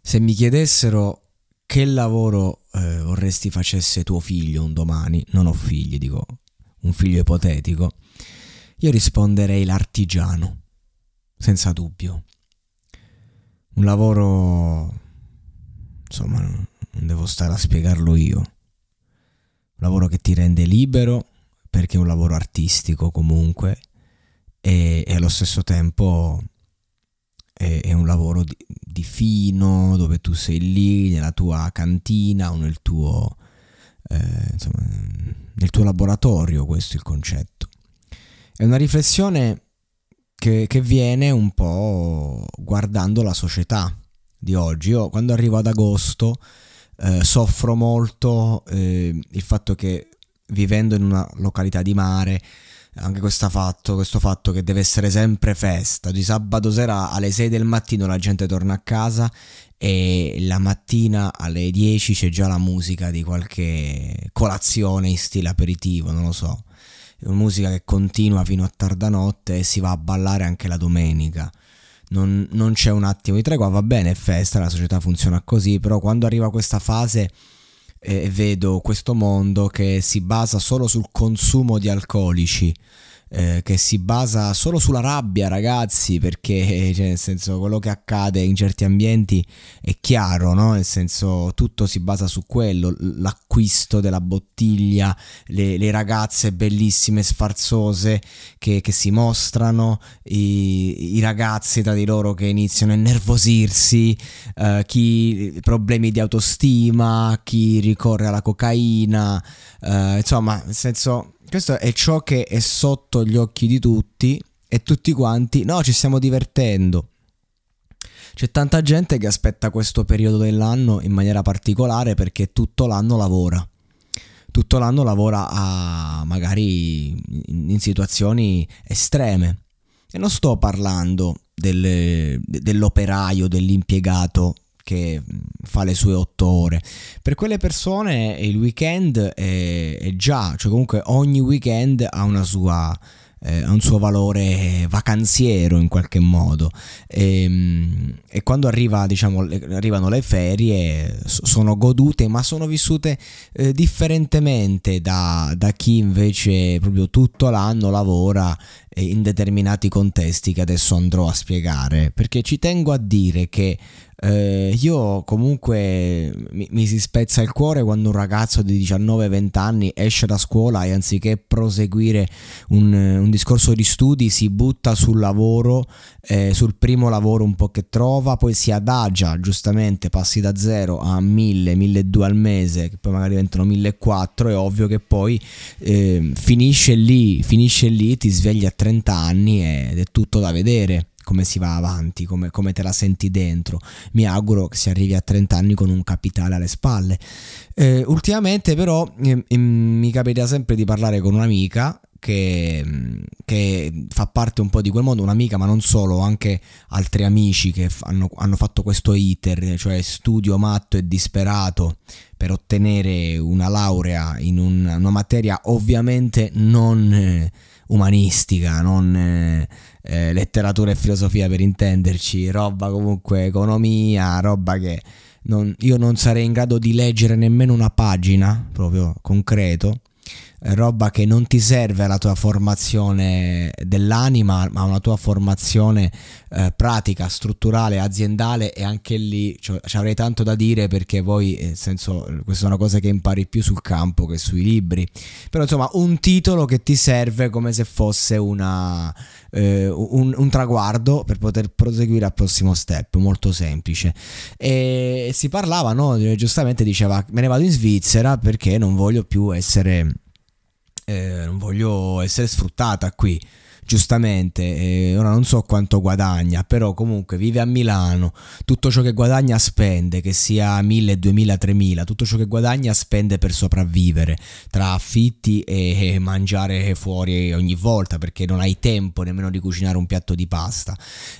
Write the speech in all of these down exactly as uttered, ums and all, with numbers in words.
Se mi chiedessero che lavoro eh, vorresti facesse tuo figlio un domani, non ho figli, dico un figlio ipotetico, io risponderei l'artigiano, senza dubbio. Un lavoro, insomma, non devo stare a spiegarlo io. Un lavoro che ti rende libero, perché è un lavoro artistico comunque, e, e allo stesso tempo è, è un lavoro di, di fino, dove tu sei lì nella tua cantina o nel tuo, eh, insomma, nel tuo laboratorio. Questo è il concetto. È una riflessione che, che viene un po' guardando la società di oggi. Io quando arrivo ad agosto eh, soffro molto eh, il fatto che, vivendo in una località di mare, anche questo fatto, questo fatto che deve essere sempre festa. Di sabato sera alle sei del mattino la gente torna a casa e la mattina alle dieci c'è già la musica di qualche colazione in stile aperitivo, non lo so. È una musica che continua fino a tarda notte e si va a ballare anche la domenica. Non, non c'è un attimo di tregua, va bene, è festa, la società funziona così, però quando arriva questa fase e vedo questo mondo che si basa solo sul consumo di alcolici, eh, che si basa solo sulla rabbia, ragazzi, perché cioè, nel senso, quello che accade in certi ambienti è chiaro, no? Nel senso, tutto si basa su quello, l'acquisto della bottiglia, le, le ragazze bellissime sfarzose che, che si mostrano, i, i ragazzi tra di loro che iniziano a innervosirsi, uh, chi problemi di autostima, chi ricorre alla cocaina, uh, insomma, nel senso, questo è ciò che è sotto gli occhi di tutti e tutti quanti, no, ci stiamo divertendo. C'è tanta gente che aspetta questo periodo dell'anno in maniera particolare perché tutto l'anno lavora. Tutto l'anno lavora a magari in situazioni estreme. E non sto parlando del, dell'operaio, dell'impiegato che fa le sue otto ore. Per quelle persone il weekend è, è già, cioè comunque ogni weekend ha una sua eh, ha un suo valore vacanziero in qualche modo, e, e quando arriva, diciamo, le, arrivano le ferie sono godute, ma sono vissute eh, differentemente da, da chi invece proprio tutto l'anno lavora in determinati contesti che adesso andrò a spiegare, perché ci tengo a dire che eh, io comunque mi, mi si spezza il cuore quando un ragazzo di diciannove venti anni esce da scuola e anziché proseguire un, un discorso di studi si butta sul lavoro, eh, sul primo lavoro un po' che trova, poi si adagia, giustamente passi da zero a mille, milleduecento al mese, che poi magari diventano millequattrocento. È ovvio che poi eh, finisce lì, finisce lì, ti svegli a trenta anni ed è tutto da vedere come si va avanti, come, come te la senti dentro. Mi auguro che si arrivi a trenta anni con un capitale alle spalle. Eh, ultimamente però eh, mi capita sempre di parlare con un'amica che, che fa parte un po' di quel mondo, un'amica ma non solo, anche altri amici che hanno, hanno fatto questo iter, cioè studio matto e disperato per ottenere una laurea in un, una materia ovviamente non eh, umanistica, non eh, eh, letteratura e filosofia per intenderci, roba comunque economia, roba che non, io non sarei in grado di leggere nemmeno una pagina, proprio concreto, roba che non ti serve alla tua formazione dell'anima, ma una tua formazione eh, pratica, strutturale, aziendale, e anche lì cioè, ci avrei tanto da dire, perché poi nel senso, questa è una cosa che impari più sul campo che sui libri, però insomma un titolo che ti serve come se fosse una eh, un, un traguardo per poter proseguire al prossimo step, molto semplice. E si parlava, no, giustamente diceva me ne vado in Svizzera perché non voglio più essere Eh, non voglio essere sfruttata qui, giustamente. Eh, ora non so quanto guadagna, però comunque vive a Milano, tutto ciò che guadagna spende, che sia mille, duemila, tremila, tutto ciò che guadagna spende per sopravvivere, tra affitti e, e mangiare fuori ogni volta, perché non hai tempo nemmeno di cucinare un piatto di pasta.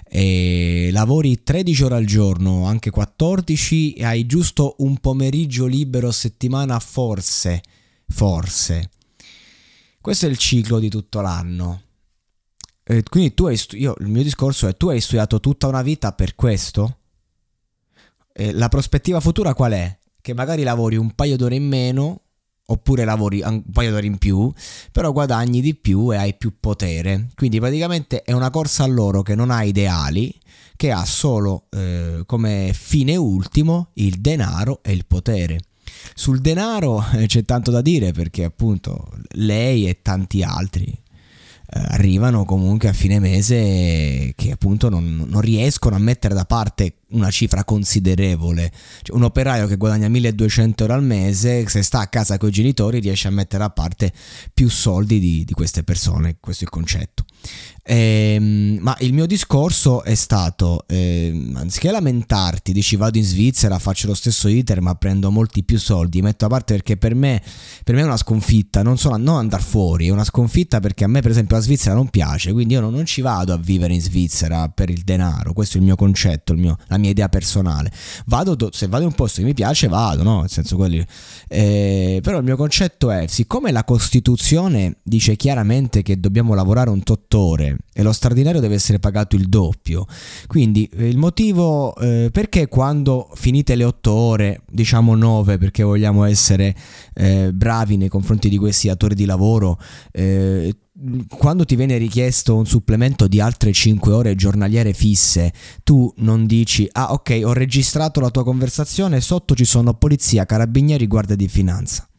E lavori tredici ore al giorno, anche quattordici, e hai giusto un pomeriggio libero a settimana, forse, forse. Questo è il ciclo di tutto l'anno. Eh, quindi tu hai stu- io, il mio discorso è: tu hai studiato tutta una vita per questo? eh, la prospettiva futura qual è? Che magari lavori un paio d'ore in meno, oppure lavori un paio d'ore in più, però guadagni di più e hai più potere. Quindi praticamente è una corsa a loro che non ha ideali, che ha solo eh, come fine ultimo il denaro e il potere. Sul denaro eh, c'è tanto da dire, perché appunto lei e tanti altri eh, arrivano comunque a fine mese che appunto non, non riescono a mettere da parte una cifra considerevole. Cioè, un operaio che guadagna milleduecento euro al mese, se sta a casa con i genitori, riesce a mettere a parte più soldi di, di queste persone. Questo è il concetto. Ehm, ma il mio discorso è stato, ehm, anziché lamentarti, dici vado in Svizzera, faccio lo stesso iter ma prendo molti più soldi, metto a parte, perché per me, per me è una sconfitta, non solo non andare fuori, è una sconfitta perché a me per esempio la Svizzera non piace, quindi io non, non ci vado a vivere in Svizzera per il denaro. Questo è il mio concetto, il mio, la mia idea personale. Vado do, se vado in un posto che mi piace vado, no? Nel senso quelli, eh, però il mio concetto è, siccome la Costituzione dice chiaramente che dobbiamo lavorare un tot ore e lo straordinario deve essere pagato il doppio, quindi eh, il motivo eh, perché quando finite le otto ore, diciamo nove perché vogliamo essere eh, bravi nei confronti di questi datori di lavoro, eh, quando ti viene richiesto un supplemento di altre cinque ore giornaliere fisse, tu non dici ah ok, ho registrato la tua conversazione, sotto ci sono polizia, carabinieri, guardia di finanza.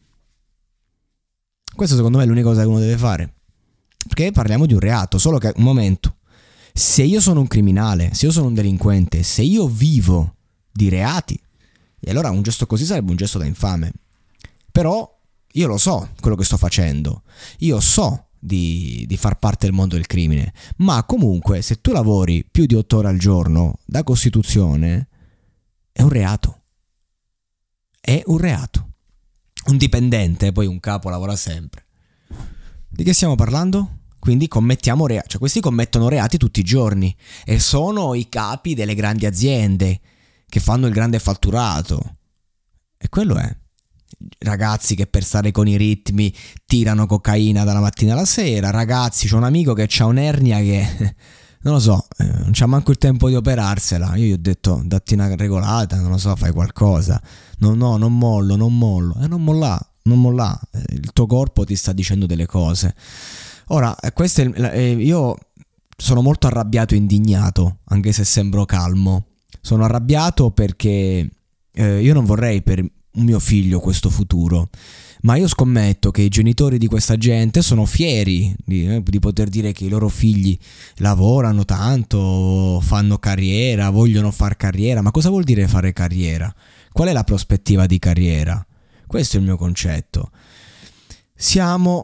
Questo secondo me è l'unica cosa che uno deve fare, perché parliamo di un reato. Solo che un momento, se io sono un criminale, se io sono un delinquente, se io vivo di reati, e allora un gesto così sarebbe un gesto da infame. Però io lo so quello che sto facendo, io so Di, di far parte del mondo del crimine, ma comunque se tu lavori più di otto ore al giorno, da Costituzione è un reato, è un reato. Un dipendente, poi un capo lavora sempre. Di che stiamo parlando? Quindi commettiamo reati, cioè questi commettono reati tutti i giorni e sono i capi delle grandi aziende che fanno il grande fatturato, e quello è. Ragazzi che per stare con i ritmi tirano cocaina dalla mattina alla sera, ragazzi, c'ho un amico che c'ha un'ernia che non lo so, eh, non c'ha manco il tempo di operarsela. Io gli ho detto datti una regolata, non lo so, fai qualcosa. No, no, non mollo, non mollo. E eh, non mollà, non mollà, eh, il tuo corpo ti sta dicendo delle cose. Ora, eh, questo è, eh, io sono molto arrabbiato e indignato, anche se sembro calmo. Sono arrabbiato perché eh, io non vorrei per un mio figlio questo futuro, ma io scommetto che i genitori di questa gente sono fieri di, eh, di poter dire che i loro figli lavorano tanto, fanno carriera, vogliono far carriera. Ma cosa vuol dire fare carriera? Qual è la prospettiva di carriera? Questo è il mio concetto. Siamo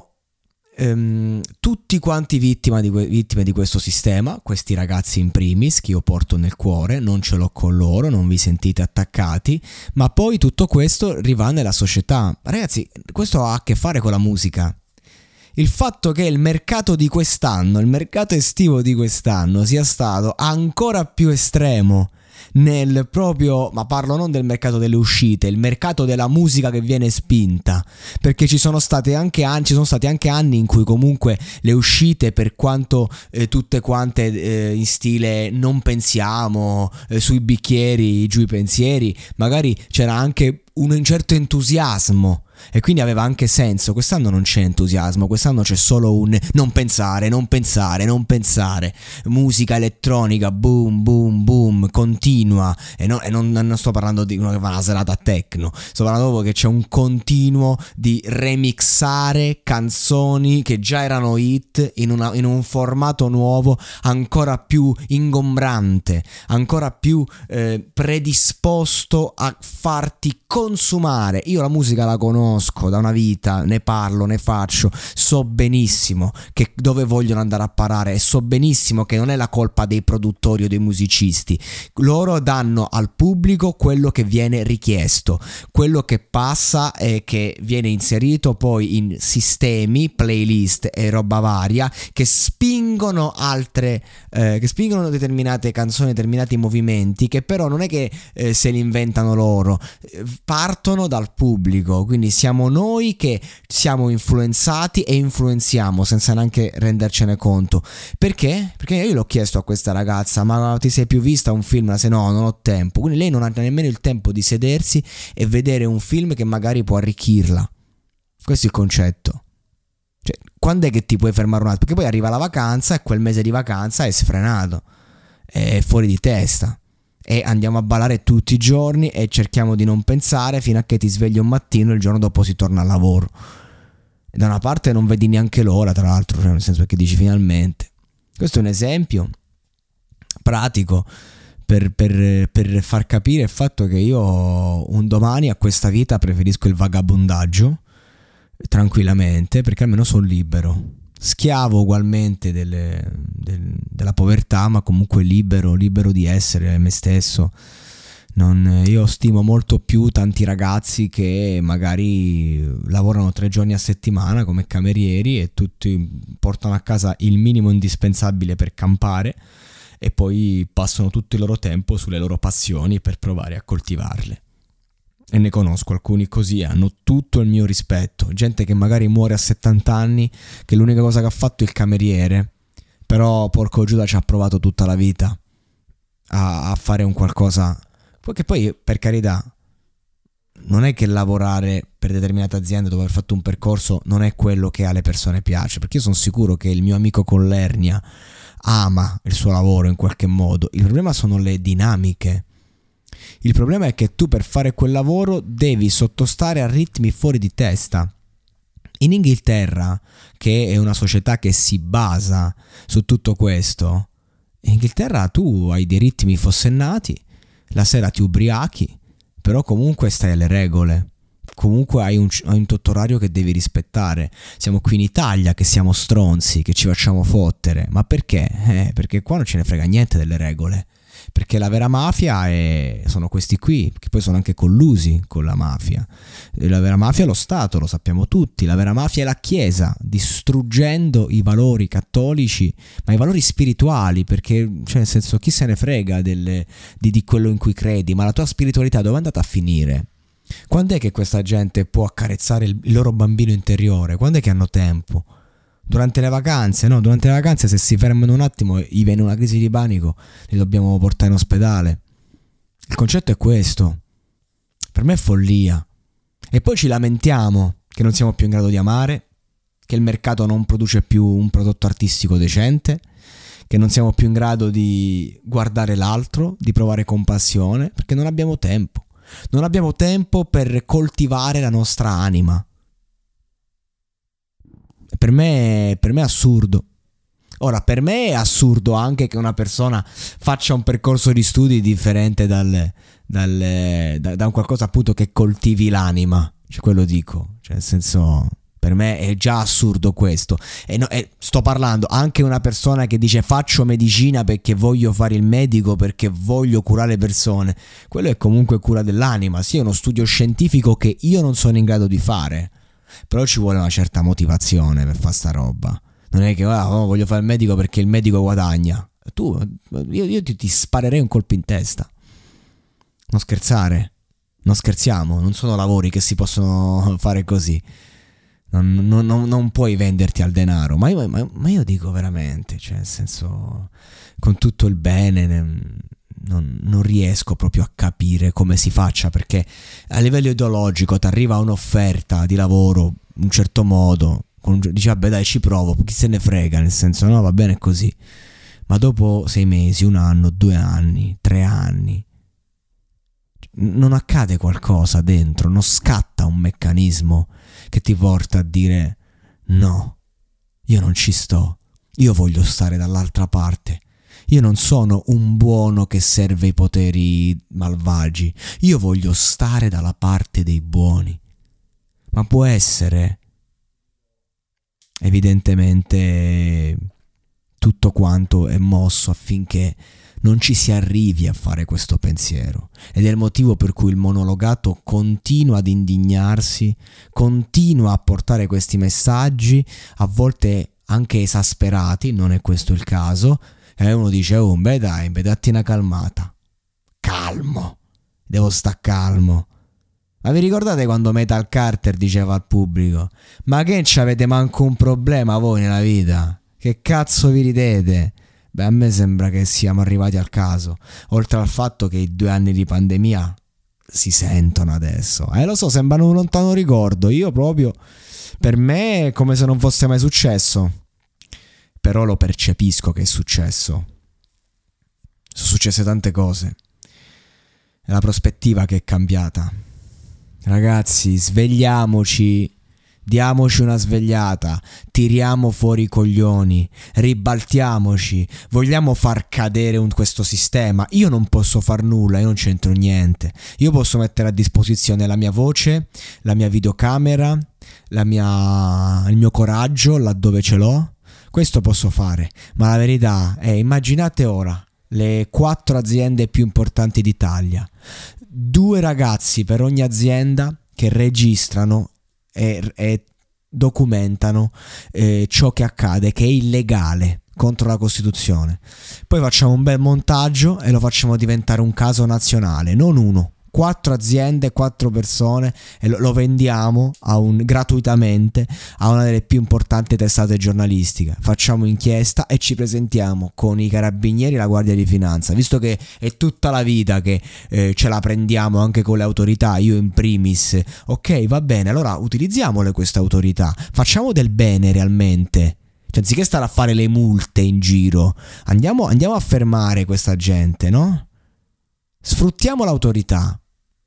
ehm, tutti quanti vittima di, vittime di questo sistema, questi ragazzi in primis, che io porto nel cuore, non ce l'ho con loro, non vi sentite attaccati, ma poi tutto questo rivà nella società. Ragazzi, questo ha a che fare con la musica. Il fatto che il mercato di quest'anno, il mercato estivo di quest'anno sia stato ancora più estremo nel proprio, ma parlo non del mercato delle uscite, il mercato della musica che viene spinta, perché ci sono state anche anni, ci sono stati anche anni in cui comunque le uscite, per quanto eh, tutte quante eh, in stile non pensiamo, eh, sui bicchieri giù i pensieri, magari c'era anche un certo entusiasmo e quindi aveva anche senso. Quest'anno non c'è entusiasmo, quest'anno c'è solo un non pensare, non pensare, non pensare, musica elettronica, boom, boom, boom, continua, e, no, e non, non sto parlando di uno che fa una serata techno, sto parlando proprio che c'è un continuo di remixare canzoni che già erano hit in, una, in un formato nuovo, ancora più ingombrante, ancora più eh, predisposto a farti consumare. Io la musica la conosco da una vita, ne parlo, ne faccio, so benissimo che dove vogliono andare a parare e so benissimo che non è la colpa dei produttori o dei musicisti. Loro danno al pubblico quello che viene richiesto, quello che passa e che viene inserito poi in sistemi, playlist e roba varia che spingono altre eh, che spingono determinate canzoni, determinati movimenti, che però non è che eh, se li inventano loro, partono dal pubblico. Quindi siamo noi che siamo influenzati e influenziamo senza neanche rendercene conto. Perché? Perché io l'ho chiesto a questa ragazza: ma ti sei più vista un film? Se no, non ho tempo. Quindi lei non ha nemmeno il tempo di sedersi e vedere un film che magari può arricchirla. Questo è il concetto. Cioè, quando è che ti puoi fermare un attimo? Perché poi arriva la vacanza e quel mese di vacanza è sfrenato, è fuori di testa, e andiamo a ballare tutti i giorni e cerchiamo di non pensare fino a che ti svegli un mattino e il giorno dopo si torna al lavoro. E da una parte non vedi neanche l'ora, tra l'altro, cioè nel senso che dici finalmente. Questo è un esempio pratico per, per, per far capire il fatto che io un domani a questa vita preferisco il vagabondaggio tranquillamente, perché almeno sono libero, schiavo ugualmente delle, del, della povertà, ma comunque libero, libero di essere me stesso. Non, io stimo molto più tanti ragazzi che magari lavorano tre giorni a settimana come camerieri e tutti portano a casa il minimo indispensabile per campare e poi passano tutto il loro tempo sulle loro passioni per provare a coltivarle. E ne conosco alcuni così, hanno tutto il mio rispetto. Gente che magari muore a settanta anni, che l'unica cosa che ha fatto è il cameriere, però porco Giuda ci ha provato tutta la vita a, a fare un qualcosa. Perché poi, per carità, non è che lavorare per determinate aziende dopo aver fatto un percorso non è quello che alle persone piace, perché io sono sicuro che il mio amico con l'ernia ama il suo lavoro in qualche modo. Il problema sono le dinamiche. Il problema è che tu per fare quel lavoro devi sottostare a ritmi fuori di testa. In Inghilterra, che è una società che si basa su tutto questo, in Inghilterra tu hai dei ritmi forsennati, la sera ti ubriachi, però comunque stai alle regole. Comunque hai un, hai un tutto orario che devi rispettare. Siamo qui in Italia che siamo stronzi, che ci facciamo fottere. Ma perché? Eh, perché qua non ce ne frega niente delle regole. Perché la vera mafia è, sono questi qui, che poi sono anche collusi con la mafia. La vera mafia è lo Stato, lo sappiamo tutti. La vera mafia è la Chiesa, distruggendo i valori cattolici, ma i valori spirituali, perché, cioè, nel senso, chi se ne frega delle, di, di quello in cui credi, ma la tua spiritualità dove è andata a finire? Quando è che questa gente può accarezzare il, il loro bambino interiore? Quando è che hanno tempo? Durante le vacanze, no? Durante le vacanze se si fermano un attimo gli viene una crisi di panico, li dobbiamo portare in ospedale. Il concetto è questo. Per me è follia. E poi ci lamentiamo che non siamo più in grado di amare, che il mercato non produce più un prodotto artistico decente, che non siamo più in grado di guardare l'altro, di provare compassione, perché non abbiamo tempo. Non abbiamo tempo per coltivare la nostra anima. Per me, per me è assurdo. Ora, per me è assurdo anche che una persona faccia un percorso di studi differente dal, dal, da, da un qualcosa appunto che coltivi l'anima. Cioè, quello dico. Cioè, nel senso, per me è già assurdo questo. E, no, e sto parlando anche una persona che dice faccio medicina perché voglio fare il medico, perché voglio curare le persone. Quello è comunque cura dell'anima. Sì, è uno studio scientifico che io non sono in grado di fare. Però ci vuole una certa motivazione per fare sta roba. Non è che ah, oh, voglio fare il medico perché il medico guadagna. Tu, io, io ti, ti sparerei un colpo in testa. Non scherzare. Non scherziamo. Non sono lavori che si possono fare così. Non, non, non, non puoi venderti al denaro. Ma io, ma, ma io dico veramente, cioè nel senso, con tutto il bene, non, non riesco proprio a capire come si faccia, perché a livello ideologico ti arriva un'offerta di lavoro in un certo modo, con, dici vabbè dai ci provo, chi se ne frega, nel senso no va bene così, ma dopo sei mesi, un anno, due anni, tre anni non accade qualcosa dentro, non scatta un meccanismo che ti porta a dire no, io non ci sto, io voglio stare dall'altra parte. Io non sono un buono che serve i poteri malvagi. Io voglio stare dalla parte dei buoni. Ma può essere? Evidentemente tutto quanto è mosso affinché non ci si arrivi a fare questo pensiero. Ed è il motivo per cui il monologato continua ad indignarsi, continua a portare questi messaggi, a volte anche esasperati, non è questo il caso. E uno dice, oh, beh dai, beh datti una calmata. Calmo, devo sta calmo. Ma vi ricordate quando Metal Carter diceva al pubblico: ma che c'avete manco un problema voi nella vita? Che cazzo vi ridete? Beh, a me sembra che siamo arrivati al caso, oltre al fatto che i due anni di pandemia si sentono adesso. Eh, lo so, sembrano un lontano ricordo. Io proprio, per me è come se non fosse mai successo. Però lo percepisco che è successo. Sono successe tante cose. È la prospettiva che è cambiata. Ragazzi, svegliamoci. Diamoci una svegliata, tiriamo fuori i coglioni, ribaltiamoci, vogliamo far cadere un, questo sistema. Io non posso far nulla, io non c'entro niente. Io posso mettere a disposizione la mia voce, la mia videocamera, la mia, il mio coraggio laddove ce l'ho. Questo posso fare, ma la verità è, immaginate ora le quattro aziende più importanti d'Italia, due ragazzi per ogni azienda che registrano E, e documentano eh, ciò che accade, che è illegale, contro la Costituzione. Poi facciamo un bel montaggio e lo facciamo diventare un caso nazionale, non uno, quattro aziende, quattro persone, e lo, lo vendiamo a un, gratuitamente a una delle più importanti testate giornalistiche. Facciamo inchiesta e ci presentiamo con i carabinieri e la Guardia di Finanza, visto che è tutta la vita che eh, ce la prendiamo anche con le autorità, io in primis. Ok, va bene, allora utilizziamole queste autorità, facciamo del bene realmente. Cioè, anziché stare a fare le multe in giro, andiamo, andiamo a fermare questa gente, no? Sfruttiamo l'autorità.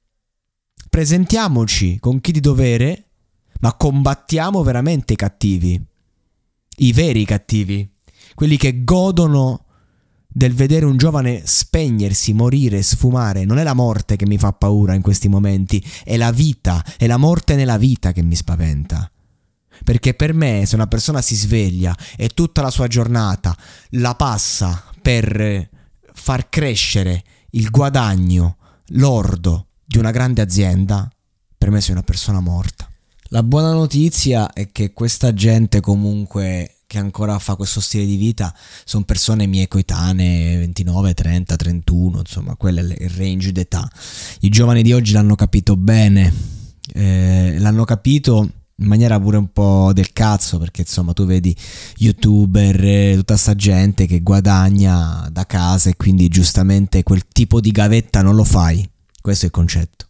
Presentiamoci con chi di dovere, ma combattiamo veramente i cattivi, i veri cattivi, quelli che godono del vedere un giovane spegnersi, morire, sfumare. Non è la morte che mi fa paura in questi momenti, è la vita, è la morte nella vita che mi spaventa. Perché per me, se una persona si sveglia e tutta la sua giornata la passa per far crescere il guadagno lordo di una grande azienda, per me sei una persona morta. La buona notizia è che questa gente comunque che ancora fa questo stile di vita sono persone mie coetanee, ventinove, trenta, trentuno, insomma, quello è il range d'età. I giovani di oggi l'hanno capito bene, eh, l'hanno capito in maniera pure un po' del cazzo, perché insomma tu vedi youtuber, tutta sta gente che guadagna da casa e quindi giustamente quel tipo di gavetta non lo fai. Questo è il concetto.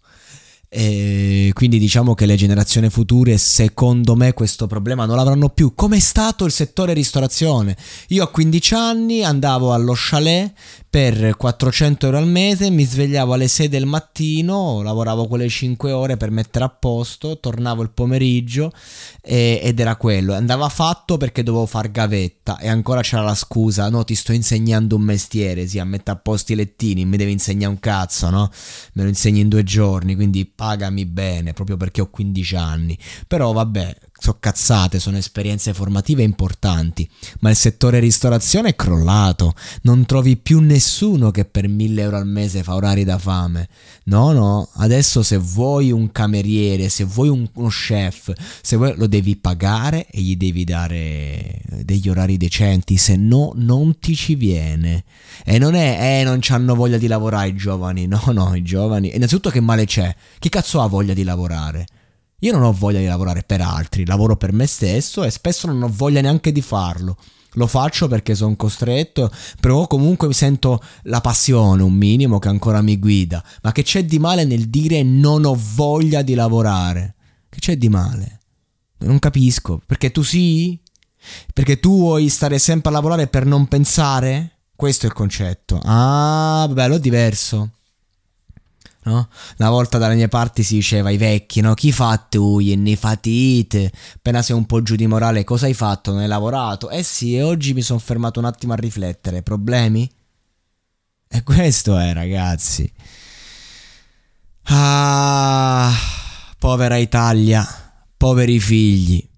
E quindi diciamo che le generazioni future, secondo me, questo problema non l'avranno più, come è stato il settore ristorazione. Io a quindici anni andavo allo chalet per quattrocento euro al mese, mi svegliavo alle sei del mattino, lavoravo quelle cinque ore per mettere a posto, tornavo il pomeriggio e, ed era quello. Andava fatto perché dovevo far gavetta e ancora c'era la scusa: no, ti sto insegnando un mestiere, sì, a mettere a posto i lettini, mi devi insegnare un cazzo, no? Me lo insegni in due giorni, quindi pagami bene, proprio perché ho quindici anni. Però vabbè, sono cazzate, sono esperienze formative importanti, ma il settore ristorazione è crollato, non trovi più nessuno che per mille euro al mese fa orari da fame. No, no, adesso se vuoi un cameriere, se vuoi un, uno chef, se vuoi, lo devi pagare e gli devi dare degli orari decenti, se no non ti ci viene. E non è, eh, non c'hanno voglia di lavorare i giovani, no, no, i giovani, innanzitutto che male c'è? Chi cazzo ha voglia di lavorare? Io non ho voglia di lavorare per altri, lavoro per me stesso e spesso non ho voglia neanche di farlo. Lo faccio perché sono costretto, però comunque mi sento la passione, un minimo, che ancora mi guida. Ma che c'è di male nel dire non ho voglia di lavorare? Che c'è di male? Non capisco. Perché tu sì? Perché tu vuoi stare sempre a lavorare per non pensare? Questo è il concetto. Ah, bello, è diverso. No? Una volta dalle mie parti si diceva, i vecchi, no? Chi fa tu? Ne fatite. Appena sei un po' giù di morale, cosa hai fatto? Non hai lavorato? Eh sì, e oggi mi sono fermato un attimo a riflettere. Problemi? E questo è, ragazzi. Ah, povera Italia, poveri figli.